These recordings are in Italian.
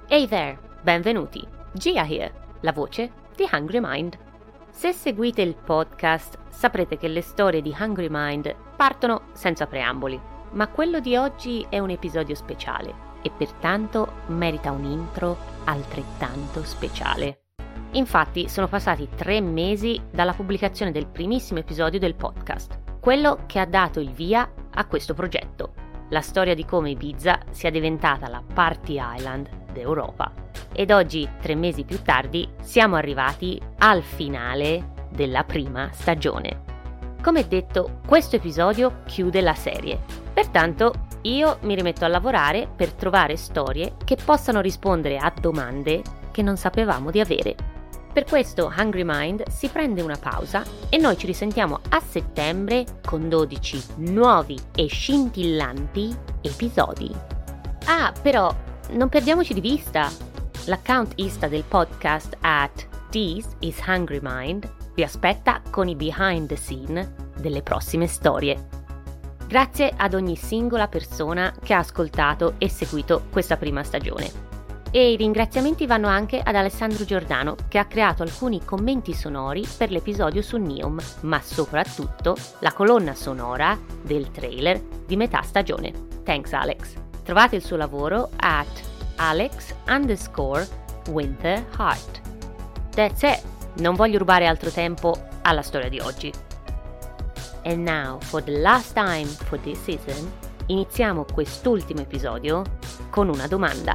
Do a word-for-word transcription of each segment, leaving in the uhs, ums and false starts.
Hey there, benvenuti. Gia here, la voce di Hungry Mind. Se seguite il podcast saprete che le storie di Hungry Mind partono senza preamboli, ma quello di oggi è un episodio speciale e pertanto merita un intro altrettanto speciale. Infatti sono passati tre mesi dalla pubblicazione del primissimo episodio del podcast, quello che ha dato il via a questo progetto, la storia di come Ibiza sia diventata la Party Island d'Europa. Ed oggi, tre mesi più tardi, siamo arrivati al finale della prima stagione. Come detto, questo episodio chiude la serie. Pertanto io mi rimetto a lavorare per trovare storie che possano rispondere a domande che non sapevamo di avere. Per questo Hungry Mind si prende una pausa e noi ci risentiamo a settembre con dodici nuovi e scintillanti episodi. Ah, però non perdiamoci di vista, l'account Insta del podcast at This is Hungry Mind vi aspetta con i behind the scene delle prossime storie. Grazie ad ogni singola persona che ha ascoltato e seguito questa prima stagione. E i ringraziamenti vanno anche ad Alessandro Giordano, che ha creato alcuni commenti sonori per l'episodio su Neom, ma soprattutto la colonna sonora del trailer di metà stagione. Thanks Alex. Trovate il suo lavoro at Alex underscore Winter Heart. That's it. Non voglio rubare altro tempo alla storia di oggi. And now, for the last time for this season, iniziamo quest'ultimo episodio con una domanda.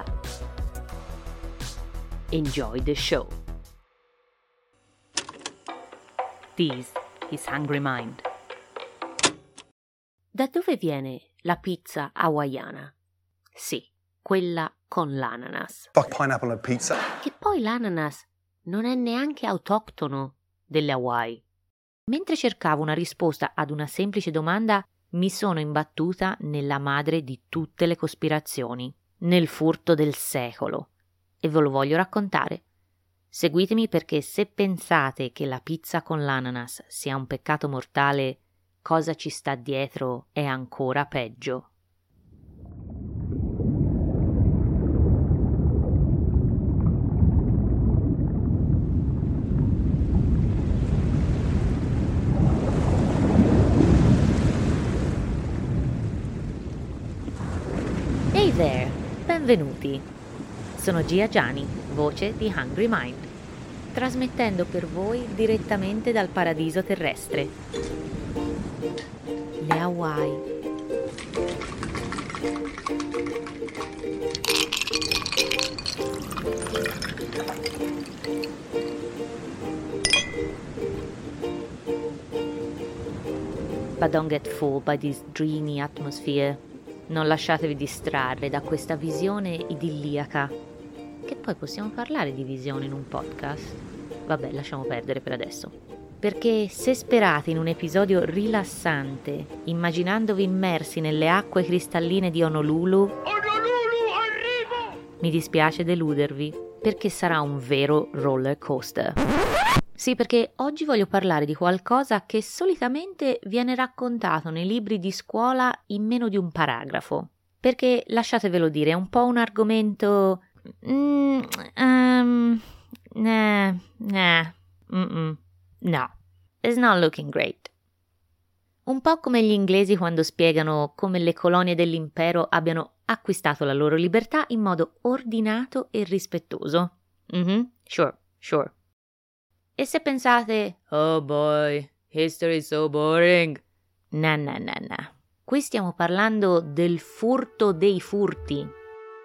Enjoy the show. This is Hungry Mind. Da dove viene la pizza hawaiana? Sì, quella con l'ananas. Fuck pineapple on pizza. Che poi l'ananas non è neanche autoctono delle Hawaii. Mentre cercavo una risposta ad una semplice domanda, mi sono imbattuta nella madre di tutte le cospirazioni, nel furto del secolo. E ve lo voglio raccontare. Seguitemi perché se pensate che la pizza con l'ananas sia un peccato mortale, cosa ci sta dietro è ancora peggio. Hey there, benvenuti. Sono Gia Giani, voce di Hungry Mind, trasmettendo per voi direttamente dal paradiso terrestre. Le Hawaii. But don't get fooled by this dreamy atmosphere. Non lasciatevi distrarre da questa visione idilliaca. Che poi possiamo parlare di visione in un podcast? Vabbè, lasciamo perdere per adesso. Perché se sperate in un episodio rilassante, immaginandovi immersi nelle acque cristalline di Honolulu, Honolulu, arrivo! Mi dispiace deludervi, perché sarà un vero roller coaster. Sì, perché oggi voglio parlare di qualcosa che solitamente viene raccontato nei libri di scuola in meno di un paragrafo. Perché, lasciatevelo dire, è un po' un argomento... Mm, um, nah, nah, mm-mm, no, it's not looking great. Un po' come gli inglesi quando spiegano come le colonie dell'impero abbiano acquistato la loro libertà in modo ordinato e rispettoso. Mm-hmm, sure, sure. E se pensate, oh boy, history is so boring. Na na na na. Qui stiamo parlando del furto dei furti.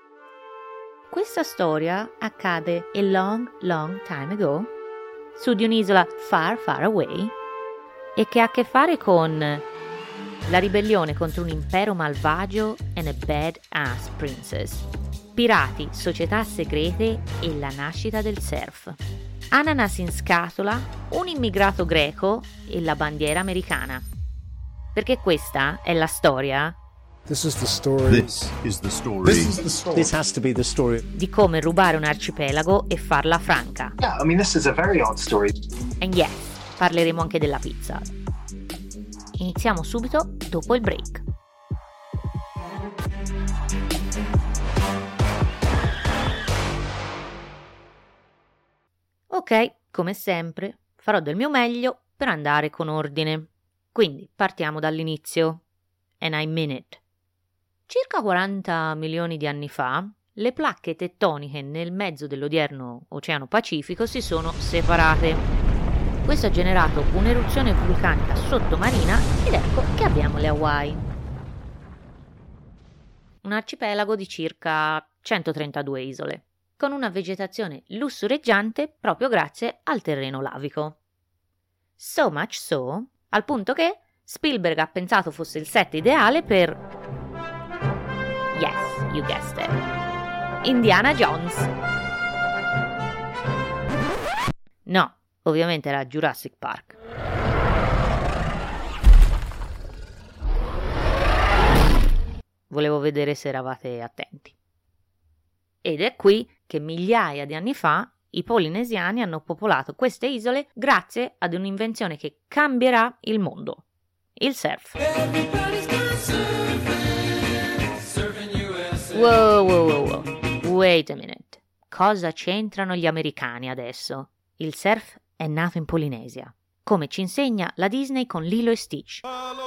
Questa storia accade a long, long time ago, su di un'isola far, far away, e che ha a che fare con la ribellione contro un impero malvagio and a badass princess, pirati, società segrete e la nascita del surf, ananas in scatola, un immigrato greco e la bandiera americana. Perché questa è la storia This is the story. This is the story. This is the story. This has to be the story. di come rubare un arcipelago e farla franca. Yeah, I mean, this is a very odd story. And yes, parleremo anche della pizza. Iniziamo subito dopo il break. Ok, come sempre, farò del mio meglio per andare con ordine. Quindi partiamo dall'inizio. And I mean it. Circa quaranta milioni di anni fa, le placche tettoniche nel mezzo dell'odierno Oceano Pacifico si sono separate. Questo ha generato un'eruzione vulcanica sottomarina ed ecco che abbiamo le Hawaii. Un arcipelago di circa centotrentadue isole, con una vegetazione lussureggiante proprio grazie al terreno lavico. So much so, al punto che Spielberg ha pensato fosse il set ideale per... Yes, you guessed it. Indiana Jones. No, ovviamente era Jurassic Park. Volevo vedere se eravate attenti. Ed è qui che migliaia di anni fa i polinesiani hanno popolato queste isole grazie ad un'invenzione che cambierà il mondo: il surf. Wow, wow, wow, wow. Wait a minute. Cosa c'entrano gli americani adesso? Il surf è nato in Polinesia, come ci insegna la Disney con Lilo e Stitch.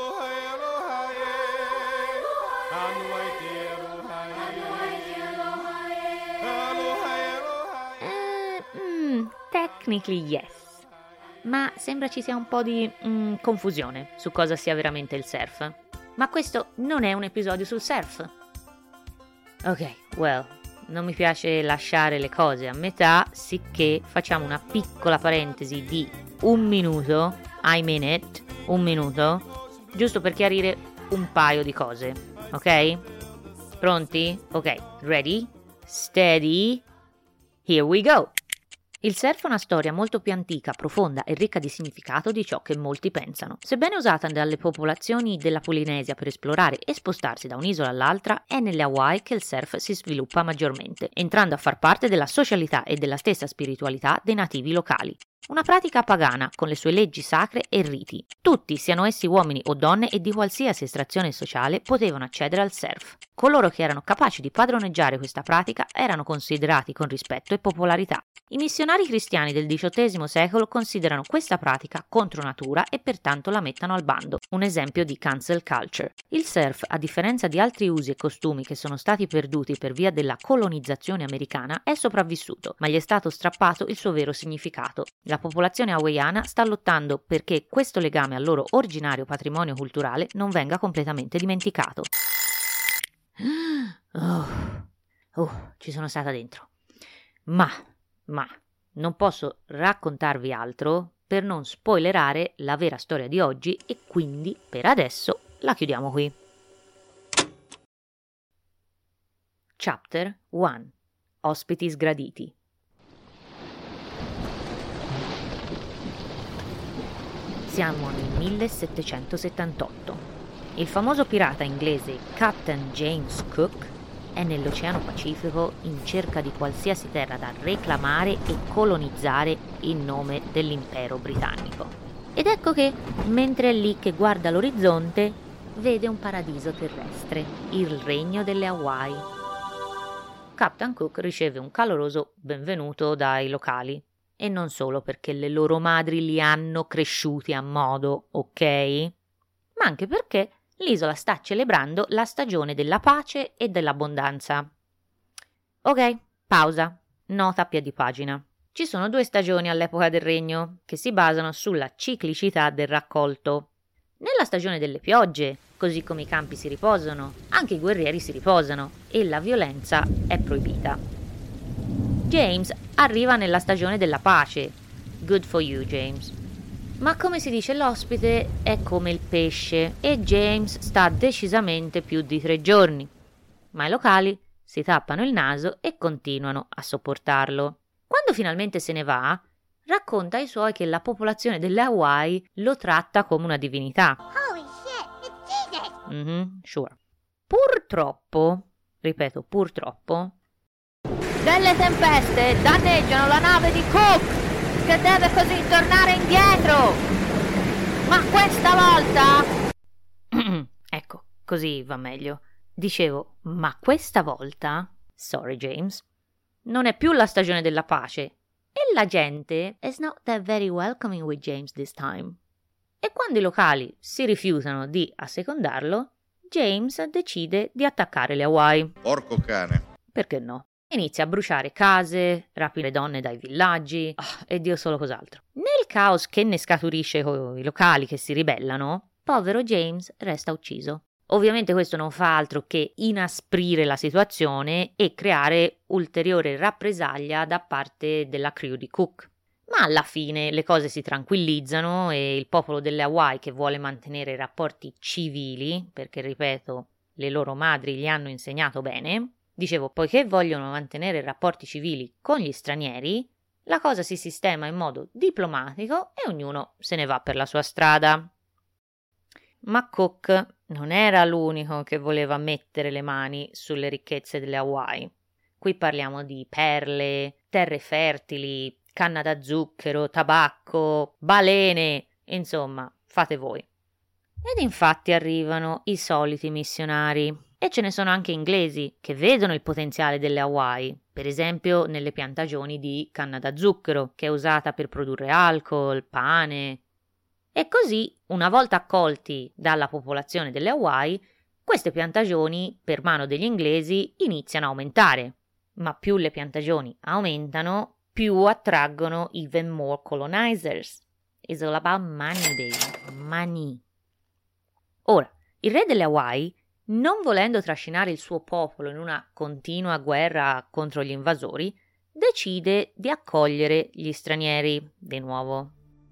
Technically yes, ma sembra ci sia un po' di mm, confusione su cosa sia veramente il surf. Ma questo non è un episodio sul surf. Ok, well, non mi piace lasciare le cose a metà, sicché facciamo una piccola parentesi di un minuto, I mean it, un minuto, giusto per chiarire un paio di cose, ok? Pronti? Ok, ready? Steady? Here we go! Il surf è una storia molto più antica, profonda e ricca di significato di ciò che molti pensano. Sebbene usata dalle popolazioni della Polinesia per esplorare e spostarsi da un'isola all'altra, è nelle Hawaii che il surf si sviluppa maggiormente, entrando a far parte della socialità e della stessa spiritualità dei nativi locali. Una pratica pagana con le sue leggi sacre e riti. Tutti, siano essi uomini o donne e di qualsiasi estrazione sociale, potevano accedere al surf. Coloro che erano capaci di padroneggiare questa pratica erano considerati con rispetto e popolarità. I missionari cristiani del diciottesimo secolo considerano questa pratica contro natura e pertanto la mettono al bando, un esempio di cancel culture. Il surf, a differenza di altri usi e costumi che sono stati perduti per via della colonizzazione americana, è sopravvissuto, ma gli è stato strappato il suo vero significato. La popolazione hawaiana sta lottando perché questo legame al loro originario patrimonio culturale non venga completamente dimenticato. Oh, oh, ci sono stata dentro. Ma... Ma non posso raccontarvi altro per non spoilerare la vera storia di oggi e quindi per adesso la chiudiamo qui. Chapter uno. Ospiti sgraditi. Siamo nel millesettecentosettantotto. Il famoso pirata inglese Captain James Cook è nell'Oceano Pacifico in cerca di qualsiasi terra da reclamare e colonizzare in nome dell'impero britannico. Ed ecco che, mentre è lì che guarda l'orizzonte, vede un paradiso terrestre, il regno delle Hawaii. Captain Cook riceve un caloroso benvenuto dai locali, e non solo perché le loro madri li hanno cresciuti a modo, ok? Ma anche perché l'isola sta celebrando la stagione della pace e dell'abbondanza. Ok, pausa. Nota a piedi pagina. Ci sono due stagioni all'epoca del regno, che si basano sulla ciclicità del raccolto. Nella stagione delle piogge, così come i campi si riposano, anche i guerrieri si riposano e la violenza è proibita. James arriva nella stagione della pace. Good for you, James. Ma come si dice l'ospite è come il pesce e James sta decisamente più di tre giorni. Ma i locali si tappano il naso e continuano a sopportarlo. Quando finalmente se ne va, racconta ai suoi che la popolazione delle Hawaii lo tratta come una divinità. Holy shit, it's Jesus! Mhm, sure. Purtroppo, ripeto purtroppo, delle tempeste danneggiano la nave di Cook, che deve così tornare indietro. Ma questa volta... ecco, così va meglio. Dicevo, ma questa volta... Sorry, James. Non è più la stagione della pace, e la gente is not that very welcoming with James this time. E quando i locali si rifiutano di assecondarlo, James decide di attaccare le Hawaii. Porco cane. Perché no? Inizia a bruciare case, rapire donne dai villaggi, oh, e Dio solo cos'altro. Nel caos che ne scaturisce con i locali che si ribellano, povero James resta ucciso. Ovviamente questo non fa altro che inasprire la situazione e creare ulteriore rappresaglia da parte della crew di Cook. Ma alla fine le cose si tranquillizzano e il popolo delle Hawaii, che vuole mantenere rapporti civili, perché ripeto, le loro madri gli hanno insegnato bene, dicevo, poiché vogliono mantenere rapporti civili con gli stranieri, la cosa si sistema in modo diplomatico e ognuno se ne va per la sua strada. Ma Cook non era l'unico che voleva mettere le mani sulle ricchezze delle Hawaii. Qui parliamo di perle, terre fertili, canna da zucchero, tabacco, balene, insomma, fate voi. Ed infatti arrivano i soliti missionari, e ce ne sono anche inglesi che vedono il potenziale delle Hawaii, per esempio nelle piantagioni di canna da zucchero, che è usata per produrre alcol, pane. E così, una volta accolti dalla popolazione delle Hawaii, queste piantagioni, per mano degli inglesi, iniziano a aumentare. Ma più le piantagioni aumentano, più attraggono even more colonizers. It's all about money, baby. Money. Ora, il re delle Hawaii, non volendo trascinare il suo popolo in una continua guerra contro gli invasori, decide di accogliere gli stranieri di nuovo.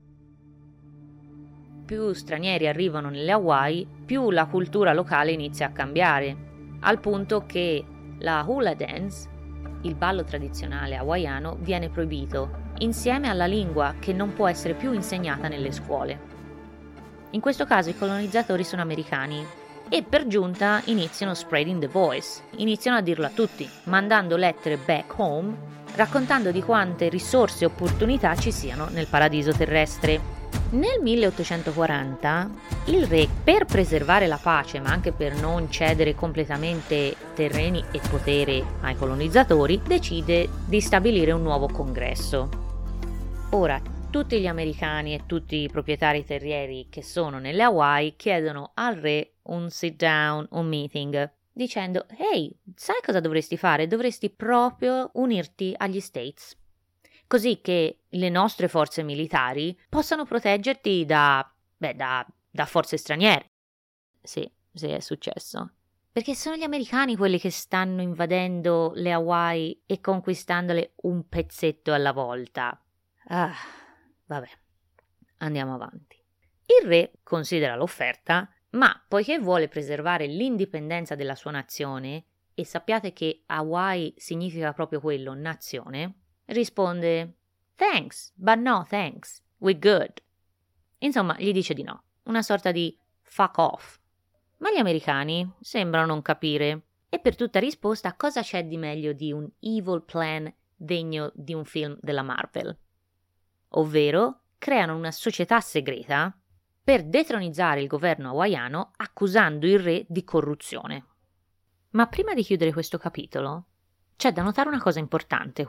Più stranieri arrivano nelle Hawaii, più la cultura locale inizia a cambiare, al punto che la hula dance, il ballo tradizionale hawaiano, viene proibito, insieme alla lingua che non può essere più insegnata nelle scuole. In questo caso i colonizzatori sono americani e per giunta iniziano spreading the voice, iniziano a dirlo a tutti, mandando lettere back home, raccontando di quante risorse e opportunità ci siano nel paradiso terrestre. Nel milleottocentoquaranta il re, per preservare la pace ma anche per non cedere completamente terreni e potere ai colonizzatori, decide di stabilire un nuovo congresso. Ora, tutti gli americani e tutti i proprietari terrieri che sono nelle Hawaii chiedono al re un sit down, un meeting, dicendo: «Ehi, sai cosa dovresti fare? Dovresti proprio unirti agli States, così che le nostre forze militari possano proteggerti da, beh, da, da forze straniere». Sì, sì, è successo. Perché sono gli americani quelli che stanno invadendo le Hawaii e conquistandole un pezzetto alla volta. Ah, vabbè, andiamo avanti. Il re considera l'offerta, ma poiché vuole preservare l'indipendenza della sua nazione, e sappiate che Hawaii significa proprio quello, nazione, risponde: «Thanks, but no thanks, we're good». Insomma, gli dice di no, una sorta di fuck off. Ma gli americani sembrano non capire, e per tutta risposta cosa c'è di meglio di un evil plan degno di un film della Marvel? Ovvero, creano una società segreta per detronizzare il governo hawaiano accusando il re di corruzione. Ma prima di chiudere questo capitolo, c'è da notare una cosa importante.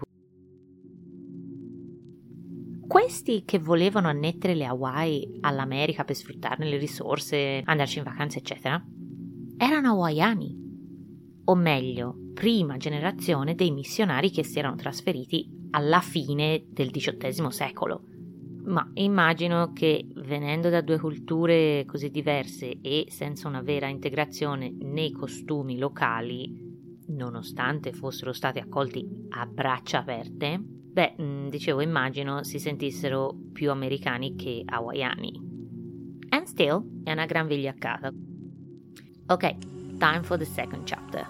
Questi che volevano annettere le Hawaii all'America per sfruttarne le risorse, andarci in vacanza, eccetera, erano hawaiani, o meglio, prima generazione dei missionari che si erano trasferiti alla fine del diciottesimo secolo. Ma immagino che, venendo da due culture così diverse e senza una vera integrazione nei costumi locali, nonostante fossero stati accolti a braccia aperte, beh, dicevo, immagino si sentissero più americani che hawaiani. And still, è una gran vigliaccata. Ok, time for the second chapter.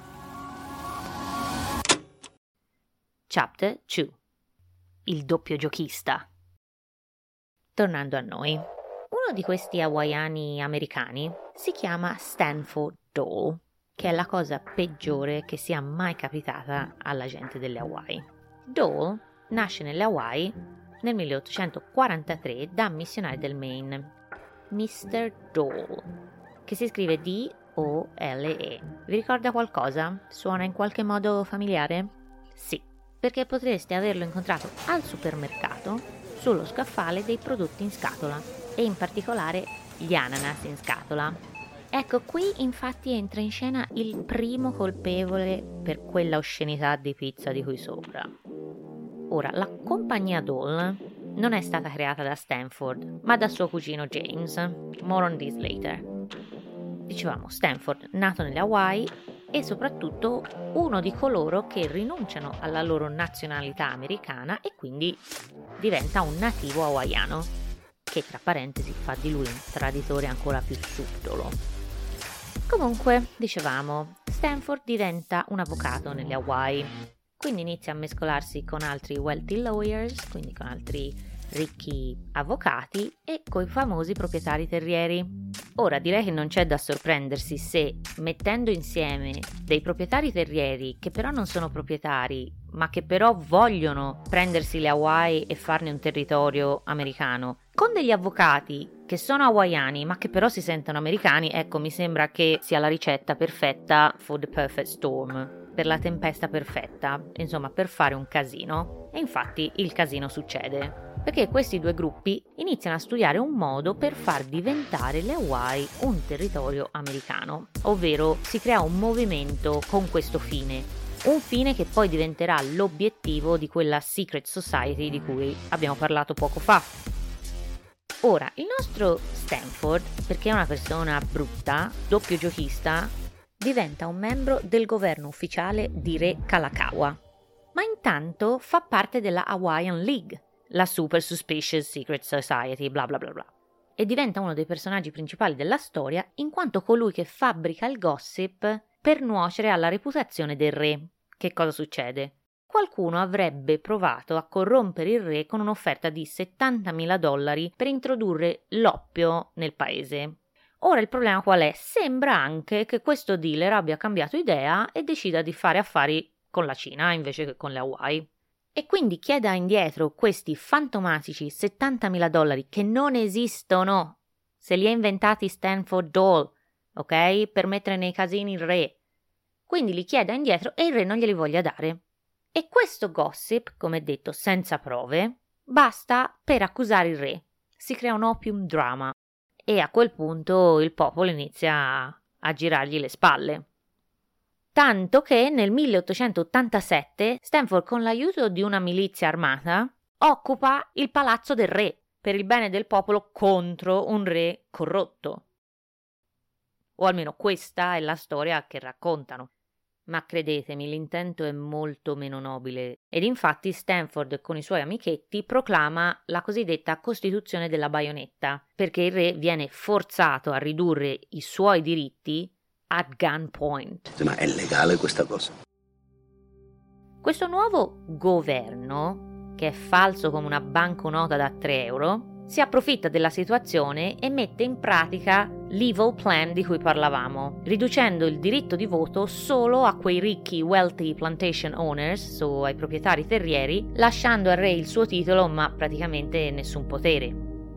Chapter due. Il doppio giochista. Tornando a noi, uno di questi hawaiani americani si chiama Stanford Dole, che è la cosa peggiore che sia mai capitata alla gente delle Hawaii. Dole nasce nelle Hawaii nel milleottocentoquarantatré da missionari del Maine, mister Dole, che si scrive D O L E. Vi ricorda qualcosa? Suona in qualche modo familiare? Sì, perché potreste averlo incontrato al supermercato sullo scaffale dei prodotti in scatola e in particolare gli ananas in scatola. Ecco, qui infatti entra in scena il primo colpevole per quella oscenità di pizza di cui sopra. Ora, la compagnia Dole non è stata creata da Stanford, ma da suo cugino James. More on this later. Dicevamo, Stanford, nato nelle Hawaii e soprattutto uno di coloro che rinunciano alla loro nazionalità americana e quindi diventa un nativo hawaiano, che tra parentesi fa di lui un traditore ancora più subdolo. Comunque, dicevamo, Stanford diventa un avvocato nelle Hawaii, quindi inizia a mescolarsi con altri wealthy lawyers, quindi con altri ricchi avvocati e coi famosi proprietari terrieri. Ora direi che non c'è da sorprendersi se, mettendo insieme dei proprietari terrieri che però non sono proprietari, ma che però vogliono prendersi le Hawaii e farne un territorio americano, con degli avvocati che sono hawaiani ma che però si sentono americani, ecco, mi sembra che sia la ricetta perfetta for the perfect storm, per la tempesta perfetta, insomma per fare un casino. E infatti il casino succede, perché questi due gruppi iniziano a studiare un modo per far diventare le Hawaii un territorio americano, ovvero si crea un movimento con questo fine, un fine che poi diventerà l'obiettivo di quella secret society di cui abbiamo parlato poco fa. Ora, il nostro Stanford, perché è una persona brutta, doppio giochista, diventa un membro del governo ufficiale di Re Kalakaua, ma intanto fa parte della Hawaiian League, la Super Suspicious Secret Society, bla bla bla bla, e diventa uno dei personaggi principali della storia in quanto colui che fabbrica il gossip per nuocere alla reputazione del re. Che cosa succede? Qualcuno avrebbe provato a corrompere il re con un'offerta di settantamila dollari per introdurre l'oppio nel paese. Ora il problema qual è? Sembra anche che questo dealer abbia cambiato idea e decida di fare affari con la Cina invece che con le Hawaii. E quindi chieda indietro questi fantomatici settantamila dollari che non esistono. Se li ha inventati Stanford Dole, ok? Per mettere nei casini il re. Quindi li chieda indietro e il re non glieli voglia dare. E questo gossip, come detto senza prove, basta per accusare il re. Si crea un opium drama e a quel punto il popolo inizia a, a girargli le spalle. Tanto che nel milleottocentottantasette Stanford, con l'aiuto di una milizia armata, occupa il palazzo del re per il bene del popolo contro un re corrotto. O almeno questa è la storia che raccontano. Ma credetemi, l'intento è molto meno nobile ed infatti Stanford con i suoi amichetti proclama la cosiddetta Costituzione della baionetta, perché il re viene forzato a ridurre i suoi diritti at gunpoint. Ma è legale questa cosa? Questo nuovo governo, che è falso come una banconota da tre euro, si approfitta della situazione e mette in pratica l'evil plan di cui parlavamo, riducendo il diritto di voto solo a quei ricchi wealthy plantation owners, o ai proprietari terrieri, lasciando al re il suo titolo ma praticamente nessun potere.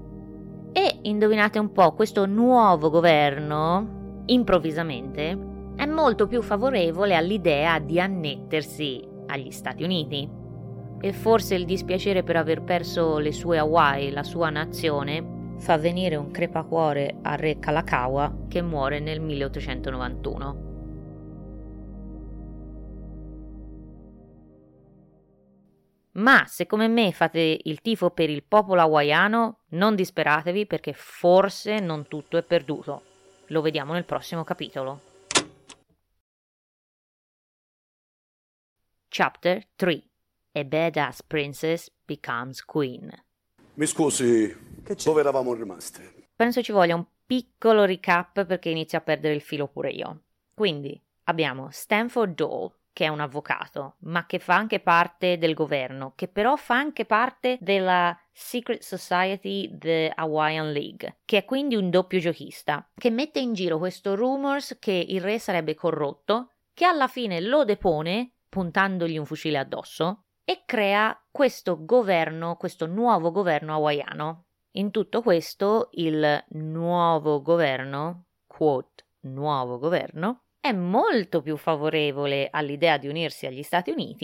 E indovinate un po', questo nuovo governo, improvvisamente, è molto più favorevole all'idea di annettersi agli Stati Uniti. E forse il dispiacere per aver perso le sue Hawaii, la sua nazione, fa venire un crepacuore a Re Kalakaua che muore nel milleottocentonovantuno. Ma se come me fate il tifo per il popolo hawaiano, non disperatevi perché forse non tutto è perduto. Lo vediamo nel prossimo capitolo. Chapter tre. A badass princess becomes queen. Mi scusi, dove eravamo rimasti? Penso ci voglia un piccolo recap perché inizio a perdere il filo pure io. Quindi abbiamo Stanford Dole, che è un avvocato, ma che fa anche parte del governo, che però fa anche parte della Secret Society, the Hawaiian League, che è quindi un doppio giochista, che mette in giro questo rumors che il re sarebbe corrotto, che alla fine lo depone puntandogli un fucile addosso, e crea questo governo, questo nuovo governo hawaiano. In tutto questo il nuovo governo, quote, nuovo governo, è molto più favorevole all'idea di unirsi agli Stati Uniti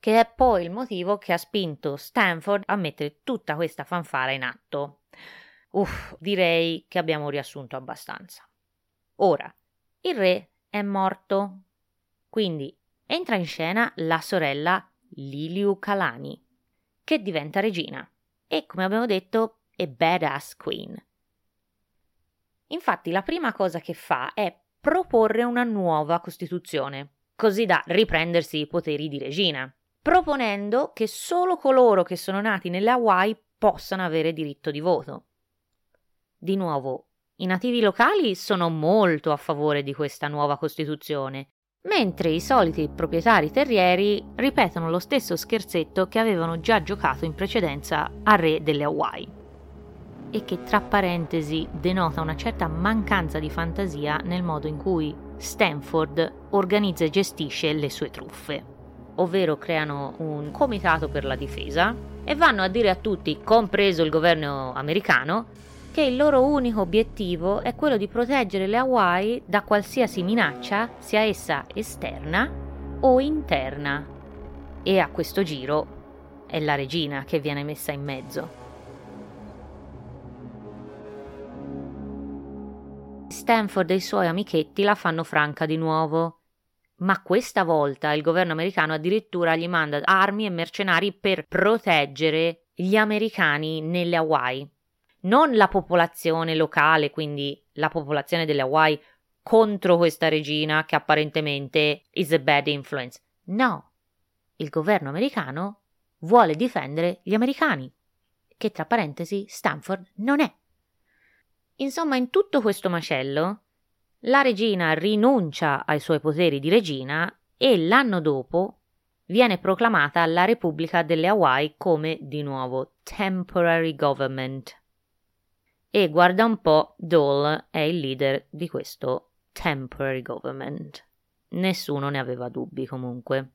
che è poi il motivo che ha spinto Stanford a mettere tutta questa fanfara in atto. Uff, direi che abbiamo riassunto abbastanza. Ora, il re è morto, quindi entra in scena la sorella Liliuokalani, che diventa regina e, come abbiamo detto, è badass queen. Infatti la prima cosa che fa è proporre una nuova costituzione, così da riprendersi i poteri di regina, proponendo che solo coloro che sono nati nelle Hawaii possano avere diritto di voto. Di nuovo, i nativi locali sono molto a favore di questa nuova costituzione, mentre i soliti proprietari terrieri ripetono lo stesso scherzetto che avevano già giocato in precedenza al re delle Hawaii, e che tra parentesi denota una certa mancanza di fantasia nel modo in cui Stanford organizza e gestisce le sue truffe, ovvero creano un comitato per la difesa e vanno a dire a tutti, compreso il governo americano, che il loro unico obiettivo è quello di proteggere le Hawaii da qualsiasi minaccia, sia essa esterna o interna. E a questo giro è la regina che viene messa in mezzo. Stanford e i suoi amichetti la fanno franca di nuovo, ma questa volta il governo americano addirittura gli manda armi e mercenari per proteggere gli americani nelle Hawaii. Non la popolazione locale, quindi la popolazione delle Hawaii contro questa regina che apparentemente is a bad influence. No, il governo americano vuole difendere gli americani, che tra parentesi Stanford non è. Insomma, in tutto questo macello, la regina rinuncia ai suoi poteri di regina e l'anno dopo viene proclamata la Repubblica delle Hawaii come, di nuovo, temporary government. E guarda un po', Dole è il leader di questo temporary government. Nessuno ne aveva dubbi comunque.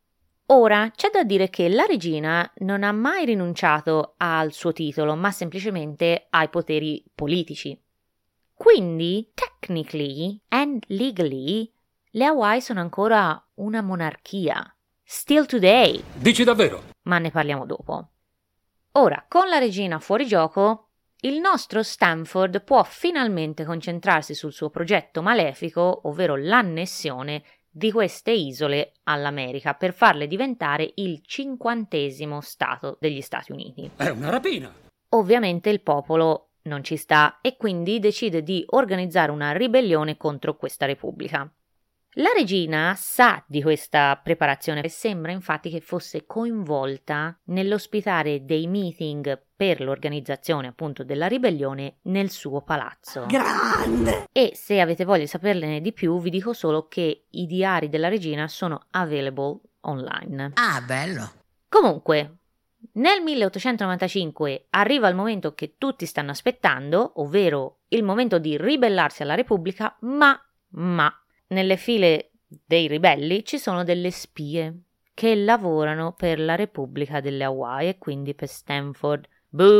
Ora, c'è da dire che la regina non ha mai rinunciato al suo titolo, ma semplicemente ai poteri politici. Quindi, technically and legally, le Hawaii sono ancora una monarchia. Still today. Dici davvero? Ma ne parliamo dopo. Ora, con la regina fuori gioco, il nostro Stanford può finalmente concentrarsi sul suo progetto malefico, ovvero l'annessione di queste isole all'America per farle diventare il cinquantesimo stato degli Stati Uniti. È una rapina! Ovviamente il popolo non ci sta e quindi decide di organizzare una ribellione contro questa repubblica. La regina sa di questa preparazione e sembra infatti che fosse coinvolta nell'ospitare dei meeting per l'organizzazione appunto della ribellione nel suo palazzo. Grande! E se avete voglia di saperne di più vi dico solo che i diari della regina sono available online. Ah, bello! Comunque, nel milleottocentonovantacinque arriva il momento che tutti stanno aspettando, ovvero il momento di ribellarsi alla Repubblica, ma, ma, nelle file dei ribelli ci sono delle spie che lavorano per la Repubblica delle Hawaii e quindi per Stanford.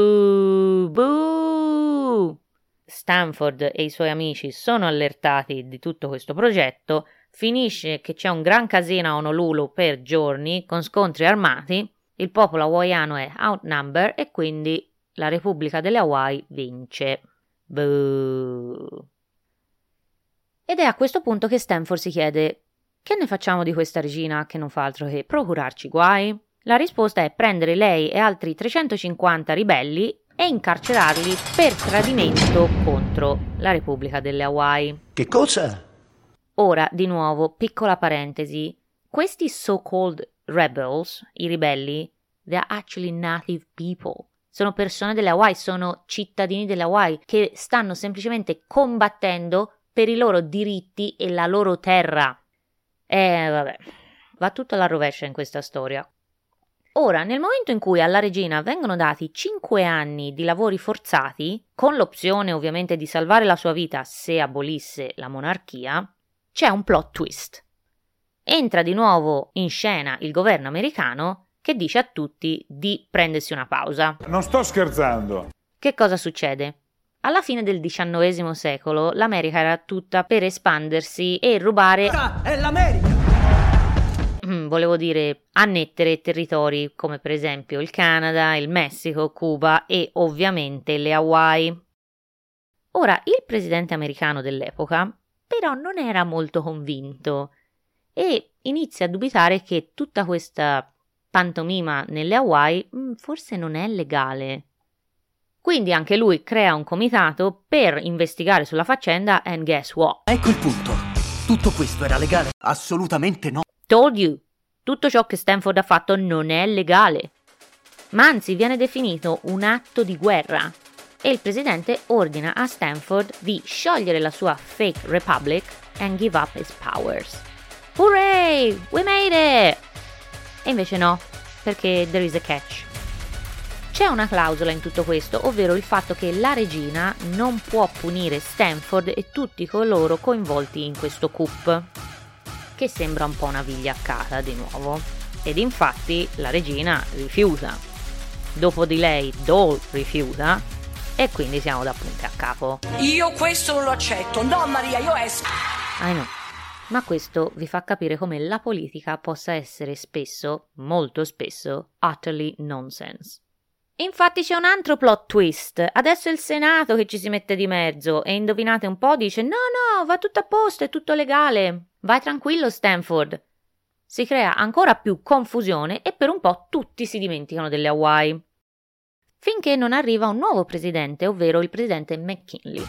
Boo! Boo! Stanford e i suoi amici sono allertati di tutto questo progetto, finisce che c'è un gran casino a Honolulu per giorni con scontri armati, il popolo hawaiano è outnumbered e quindi la Repubblica delle Hawaii vince. Boo! Ed è a questo punto che Stanford si chiede: che ne facciamo di questa regina che non fa altro che procurarci guai? La risposta è prendere lei e altri trecentocinquanta ribelli e incarcerarli per tradimento contro la Repubblica delle Hawaii. Che cosa? Ora, di nuovo, piccola parentesi, questi so-called rebels, i ribelli, they are actually native people. Sono persone delle Hawaii, sono cittadini delle Hawaii che stanno semplicemente combattendo per i loro diritti e la loro terra. E vabbè, va tutto alla rovescia in questa storia. Ora, nel momento in cui alla regina vengono dati cinque anni di lavori forzati, con l'opzione ovviamente di salvare la sua vita se abolisse la monarchia, c'è un plot twist. Entra di nuovo in scena il governo americano che dice a tutti di prendersi una pausa. Non sto scherzando. Che cosa succede? Alla fine del diciannovesimo secolo l'America era tutta per espandersi e rubare... È l'America! mh, volevo dire annettere territori come per esempio il Canada, il Messico, Cuba e ovviamente le Hawaii. Ora, il presidente americano dell'epoca però non era molto convinto e inizia a dubitare che tutta questa pantomima nelle Hawaii mh, forse non è legale. Quindi anche lui crea un comitato per investigare sulla faccenda and guess what? Ecco il punto. Tutto questo era legale? Assolutamente no. Told you! Tutto ciò che Stanford ha fatto non è legale, ma anzi viene definito un atto di guerra e il presidente ordina a Stanford di sciogliere la sua fake republic and give up his powers. Hooray! We made it! E invece no, perché there is a catch. C'è una clausola in tutto questo, ovvero il fatto che la regina non può punire Stanford e tutti coloro coinvolti in questo coup, che sembra un po' una vigliaccata di nuovo. Ed infatti la regina rifiuta. Dopo di lei Dole rifiuta e quindi siamo da punto a capo. Io questo non lo accetto, no Maria, io esco. I know. Ma questo vi fa capire come la politica possa essere spesso, molto spesso, utterly nonsense. Infatti c'è un altro plot twist, adesso è il Senato che ci si mette di mezzo e indovinate un po' dice no no, va tutto a posto, è tutto legale, vai tranquillo Stanford. Si crea ancora più confusione e per un po' tutti si dimenticano delle Hawaii. Finché non arriva un nuovo presidente, ovvero il presidente McKinley.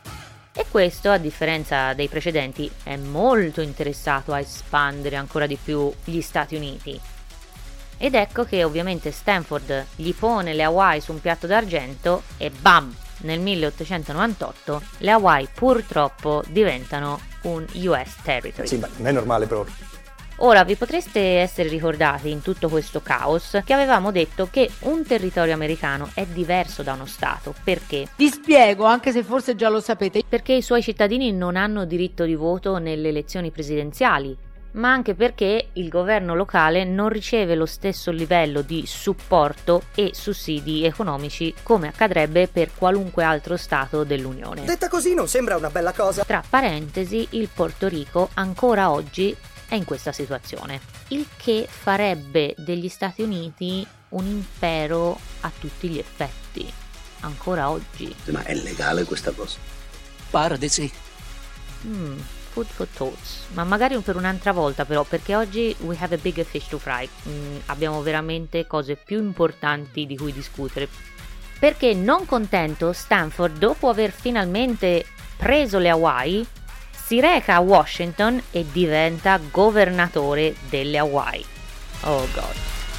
E questo, a differenza dei precedenti, è molto interessato a espandere ancora di più gli Stati Uniti. Ed ecco che ovviamente Stanford gli pone le Hawaii su un piatto d'argento e bam! Nel milleottocentonovantotto le Hawaii purtroppo diventano un U S territory. Sì, ma non è normale però. Ora vi potreste essere ricordati in tutto questo caos che avevamo detto che un territorio americano è diverso da uno stato. Perché? Vi spiego, anche se forse già lo sapete. Perché i suoi cittadini non hanno diritto di voto nelle elezioni presidenziali, ma anche perché il governo locale non riceve lo stesso livello di supporto e sussidi economici come accadrebbe per qualunque altro stato dell'Unione. Detta così non sembra una bella cosa. Tra parentesi, il Porto Rico ancora oggi è in questa situazione, il che farebbe degli Stati Uniti un impero a tutti gli effetti, ancora oggi. Ma è legale questa cosa? Pare di sì. Hmm, food for thoughts, ma magari per un'altra volta però, perché oggi we have a bigger fish to fry. Mm, abbiamo veramente cose più importanti di cui discutere. Perché non contento, Stanford, dopo aver finalmente preso le Hawaii, si reca a Washington e diventa governatore delle Hawaii. Oh god.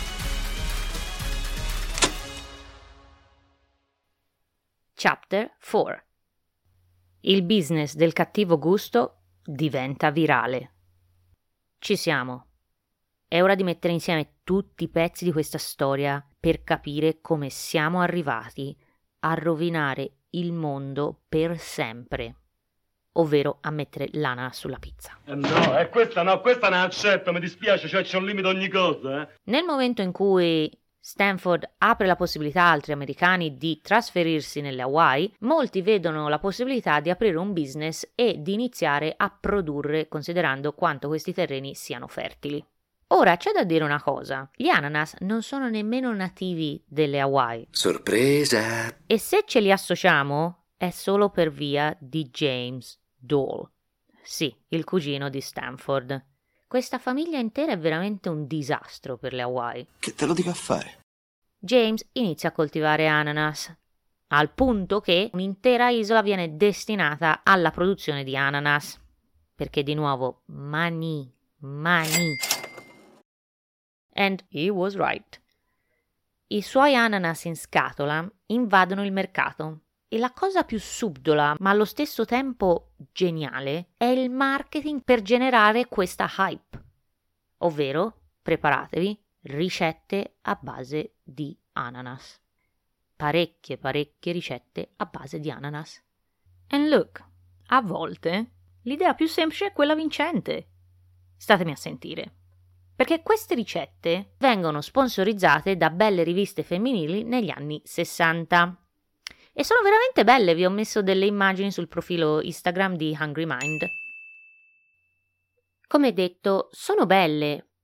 Chapter quattro. Il business del cattivo gusto diventa virale. Ci siamo. È ora di mettere insieme tutti i pezzi di questa storia per capire come siamo arrivati a rovinare il mondo per sempre. Ovvero a mettere l'ananas sulla pizza. Eh no, eh, questa no, questa non accetto, mi dispiace, cioè c'è un limite ogni cosa, eh. Nel momento in cui Stanford apre la possibilità a altri americani di trasferirsi nelle Hawaii, molti vedono la possibilità di aprire un business e di iniziare a produrre considerando quanto questi terreni siano fertili. Ora c'è da dire una cosa, gli ananas non sono nemmeno nativi delle Hawaii. Sorpresa! E se ce li associamo è solo per via di James Dole. Sì, il cugino di Stanford. Questa famiglia intera è veramente un disastro per le Hawaii. Che te lo dico a fare? James inizia a coltivare ananas, al punto che un'intera isola viene destinata alla produzione di ananas. Perché di nuovo, money, money. And he was right. I suoi ananas in scatola invadono il mercato. E la cosa più subdola, ma allo stesso tempo geniale, è il marketing per generare questa hype. Ovvero, preparatevi, ricette a base di ananas. Parecchie, parecchie ricette a base di ananas. And look, a volte l'idea più semplice è quella vincente. Statemi a sentire. Perché queste ricette vengono sponsorizzate da belle riviste femminili negli anni sessanta. E sono veramente belle, vi ho messo delle immagini sul profilo Instagram di Hungry Mind. Come detto, sono belle,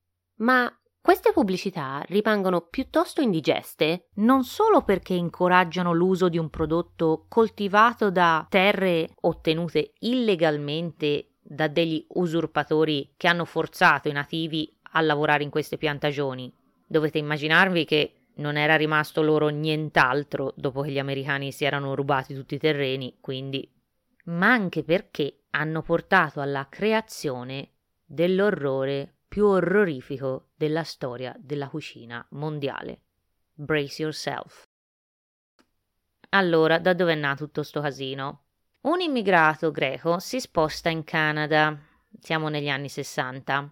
Ma queste pubblicità rimangono piuttosto indigeste, non solo perché incoraggiano l'uso di un prodotto coltivato da terre ottenute illegalmente da degli usurpatori che hanno forzato i nativi a lavorare in queste piantagioni. Dovete immaginarvi che non era rimasto loro nient'altro dopo che gli americani si erano rubati tutti i terreni, quindi, ma anche perché hanno portato alla creazione dell'orrore più orrorifico della storia della cucina mondiale. Brace yourself. Allora, da dove è nato tutto sto casino? Un immigrato greco si sposta in Canada. Siamo negli anni sessanta.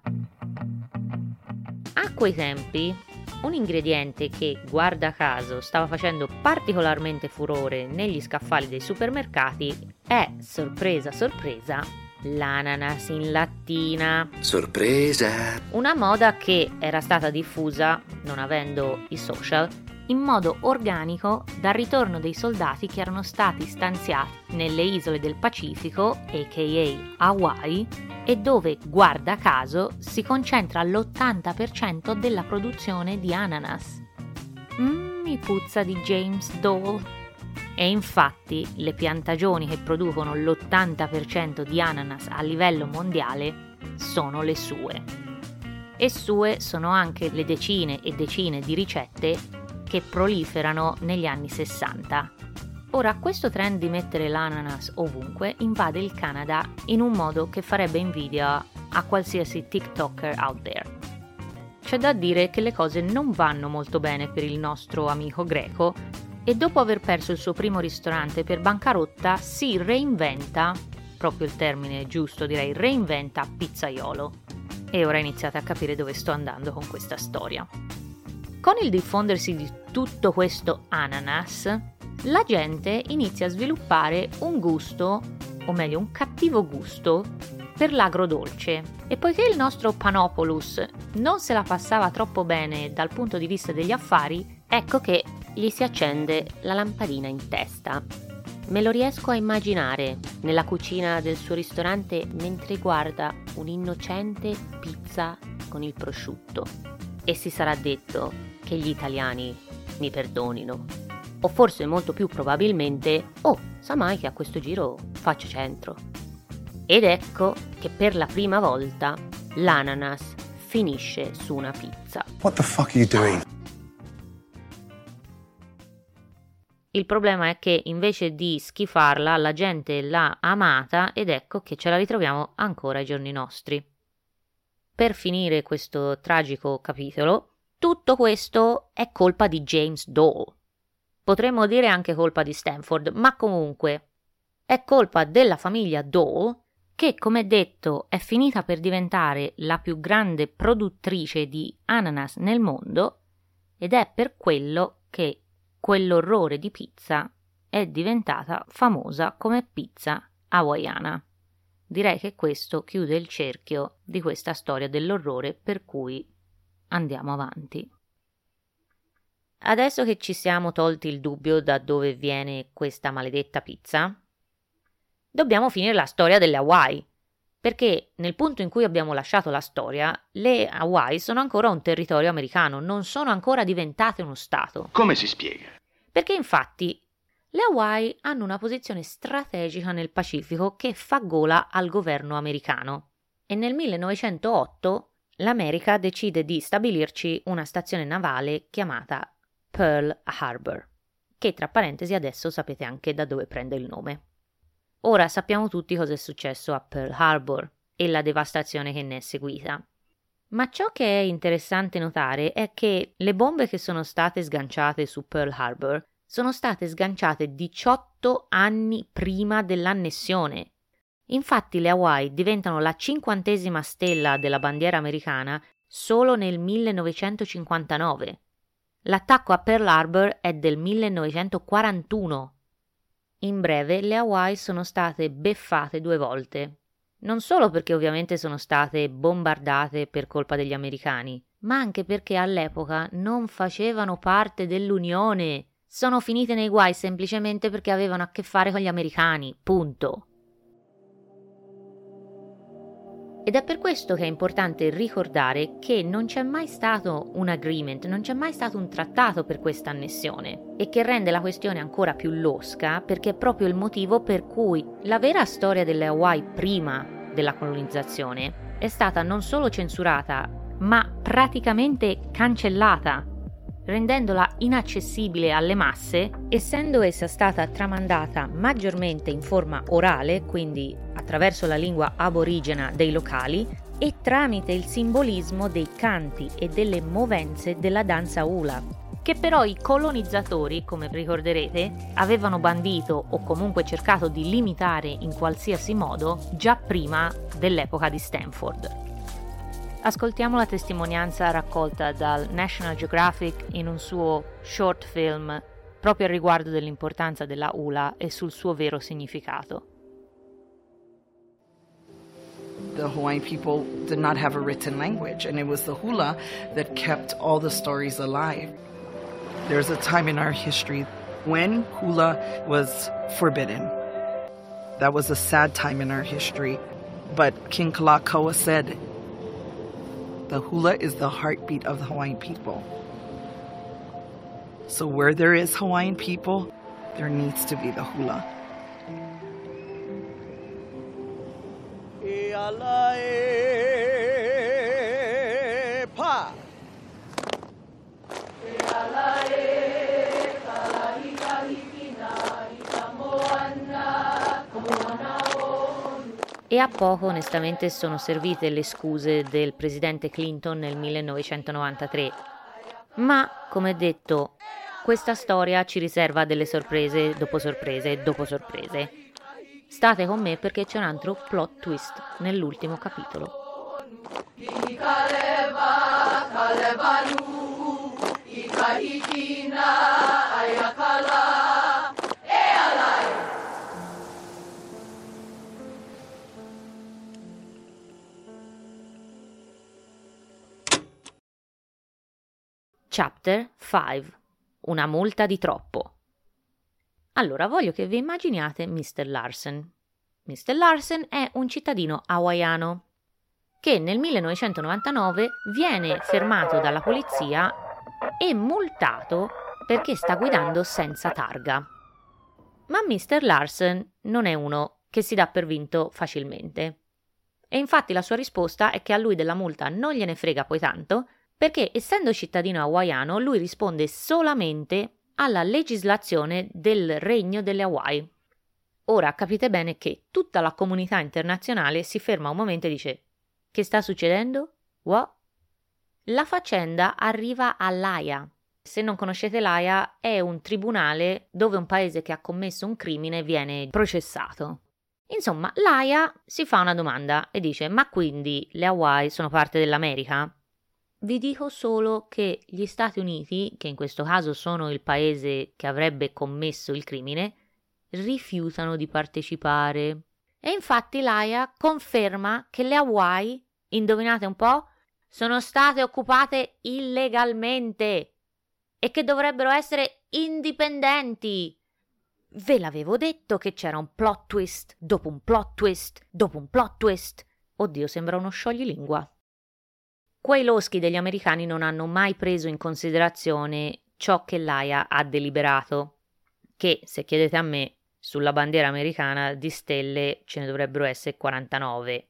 A quei tempi, un ingrediente che, guarda caso, stava facendo particolarmente furore negli scaffali dei supermercati è, sorpresa sorpresa, l'ananas in lattina. Sorpresa! Una moda che era stata diffusa, non avendo i social, in modo organico dal ritorno dei soldati che erano stati stanziati nelle isole del Pacifico, aka Hawaii, e dove, guarda caso, si concentra l'ottanta per cento della produzione di ananas. Mmm, mi puzza di James Dole. E infatti le piantagioni che producono l'ottanta per cento di ananas a livello mondiale sono le sue. E sue sono anche le decine e decine di ricette che proliferano negli anni sessanta. Ora, questo trend di mettere l'ananas ovunque invade il Canada in un modo che farebbe invidia a qualsiasi TikToker out there. C'è da dire che le cose non vanno molto bene per il nostro amico greco e dopo aver perso il suo primo ristorante per bancarotta si reinventa, proprio il termine giusto direi, reinventa pizzaiolo. E ora iniziate a capire dove sto andando con questa storia. Con il diffondersi di tutto questo ananas, la gente inizia a sviluppare un gusto, o meglio un cattivo gusto, per l'agrodolce. E poiché il nostro Panopoulos non se la passava troppo bene dal punto di vista degli affari, ecco che gli si accende la lampadina in testa. Me lo riesco a immaginare nella cucina del suo ristorante mentre guarda un'innocente pizza con il prosciutto e si sarà detto che gli italiani mi perdonino. O forse molto più probabilmente, oh, sa mai che a questo giro faccio centro. Ed ecco che per la prima volta l'ananas finisce su una pizza. What the fuck are you doing? Il problema è che invece di schifarla, la gente l'ha amata ed ecco che ce la ritroviamo ancora ai giorni nostri. Per finire questo tragico capitolo, tutto questo è colpa di James Dole. Potremmo dire anche colpa di Stanford, ma comunque è colpa della famiglia Dole che, come detto, è finita per diventare la più grande produttrice di ananas nel mondo ed è per quello che quell'orrore di pizza è diventata famosa come pizza hawaiana. Direi che questo chiude il cerchio di questa storia dell'orrore, per cui andiamo avanti. Adesso che ci siamo tolti il dubbio da dove viene questa maledetta pizza, dobbiamo finire la storia delle Hawaii, perché nel punto in cui abbiamo lasciato la storia, le Hawaii sono ancora un territorio americano, non sono ancora diventate uno stato. Come si spiega? Perché infatti le Hawaii hanno una posizione strategica nel Pacifico che fa gola al governo americano e nel millenovecentootto l'America decide di stabilirci una stazione navale chiamata Pearl Harbor, che tra parentesi adesso sapete anche da dove prende il nome. Ora sappiamo tutti cosa è successo a Pearl Harbor e la devastazione che ne è seguita. Ma ciò che è interessante notare è che le bombe che sono state sganciate su Pearl Harbor sono state sganciate diciotto anni prima dell'annessione. Infatti le Hawaii diventano la cinquantesima stella della bandiera americana solo nel millenovecentocinquantanove. L'attacco a Pearl Harbor è del millenovecentoquarantuno. In breve, le Hawaii sono state beffate due volte. Non solo perché ovviamente sono state bombardate per colpa degli americani, ma anche perché all'epoca non facevano parte dell'Unione. Sono finite nei guai semplicemente perché avevano a che fare con gli americani, punto. Ed è per questo che è importante ricordare che non c'è mai stato un agreement, non c'è mai stato un trattato per questa annessione, e che rende la questione ancora più losca perché è proprio il motivo per cui la vera storia delle Hawaii prima della colonizzazione è stata non solo censurata, ma praticamente cancellata, rendendola inaccessibile alle masse, essendo essa stata tramandata maggiormente in forma orale, quindi attraverso la lingua aborigena dei locali, e tramite il simbolismo dei canti e delle movenze della danza hula, che però i colonizzatori, come ricorderete, avevano bandito o comunque cercato di limitare in qualsiasi modo già prima dell'epoca di Stanford. Ascoltiamo la testimonianza raccolta dal National Geographic in un suo short film proprio al riguardo dell'importanza della hula e sul suo vero significato. The Hawaiian people did not have a written language, and it was the hula that kept all the stories alive. There's a time in our history when hula was forbidden. That was a sad time in our history, but King Kalakaua said, the hula is the heartbeat of the Hawaiian people. So where there is Hawaiian people, there needs to be the hula. E a poco onestamente sono servite le scuse del presidente Clinton nel millenovecentonovantatré. Ma, come detto, questa storia ci riserva delle sorprese dopo sorprese dopo sorprese. State con me perché c'è un altro plot twist nell'ultimo capitolo. Chapter cinque. Una multa di troppo. Allora, voglio che vi immaginiate mister Larsen. mister Larsen è un cittadino hawaiano che nel millenovecentonovantanove viene fermato dalla polizia e multato perché sta guidando senza targa. Ma mister Larsen non è uno che si dà per vinto facilmente. E infatti la sua risposta è che a lui della multa non gliene frega poi tanto, perché essendo cittadino hawaiano lui risponde solamente alla legislazione del Regno delle Hawaii. Ora capite bene che tutta la comunità internazionale si ferma un momento e dice: che sta succedendo? What? La faccenda arriva all'Haia. Se non conoscete l'Haia, è un tribunale dove un paese che ha commesso un crimine viene processato. Insomma, l'Haia si fa una domanda e dice: ma quindi le Hawaii sono parte dell'America? Vi dico solo che gli Stati Uniti, che in questo caso sono il paese che avrebbe commesso il crimine, rifiutano di partecipare. E infatti l'Haia conferma che le Hawaii, indovinate un po', sono state occupate illegalmente e che dovrebbero essere indipendenti. Ve l'avevo detto che c'era un plot twist dopo un plot twist dopo un plot twist. Oddio, sembra uno scioglilingua. Quei loschi degli americani non hanno mai preso in considerazione ciò che l'Haia ha deliberato, che, se chiedete a me, sulla bandiera americana di stelle ce ne dovrebbero essere quarantanove.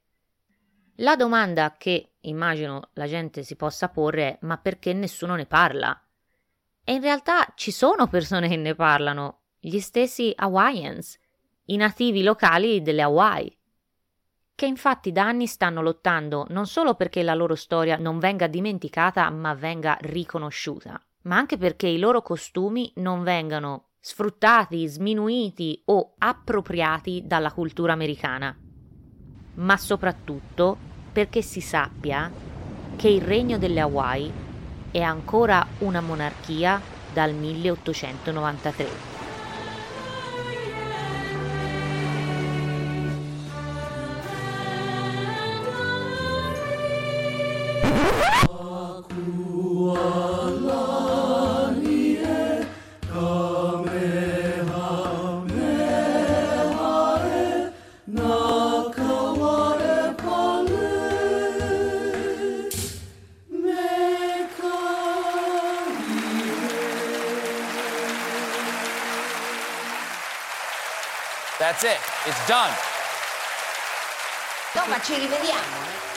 La domanda che immagino la gente si possa porre è: ma perché nessuno ne parla? E in realtà ci sono persone che ne parlano, gli stessi Hawaiians, i nativi locali delle Hawaii, che infatti da anni stanno lottando non solo perché la loro storia non venga dimenticata ma venga riconosciuta, ma anche perché i loro costumi non vengano sfruttati, sminuiti o appropriati dalla cultura americana, ma soprattutto perché si sappia che il Regno delle Hawaii è ancora una monarchia dal milleottocentonovantatré. That's it. It's done. No, ma ci rivediamo, eh.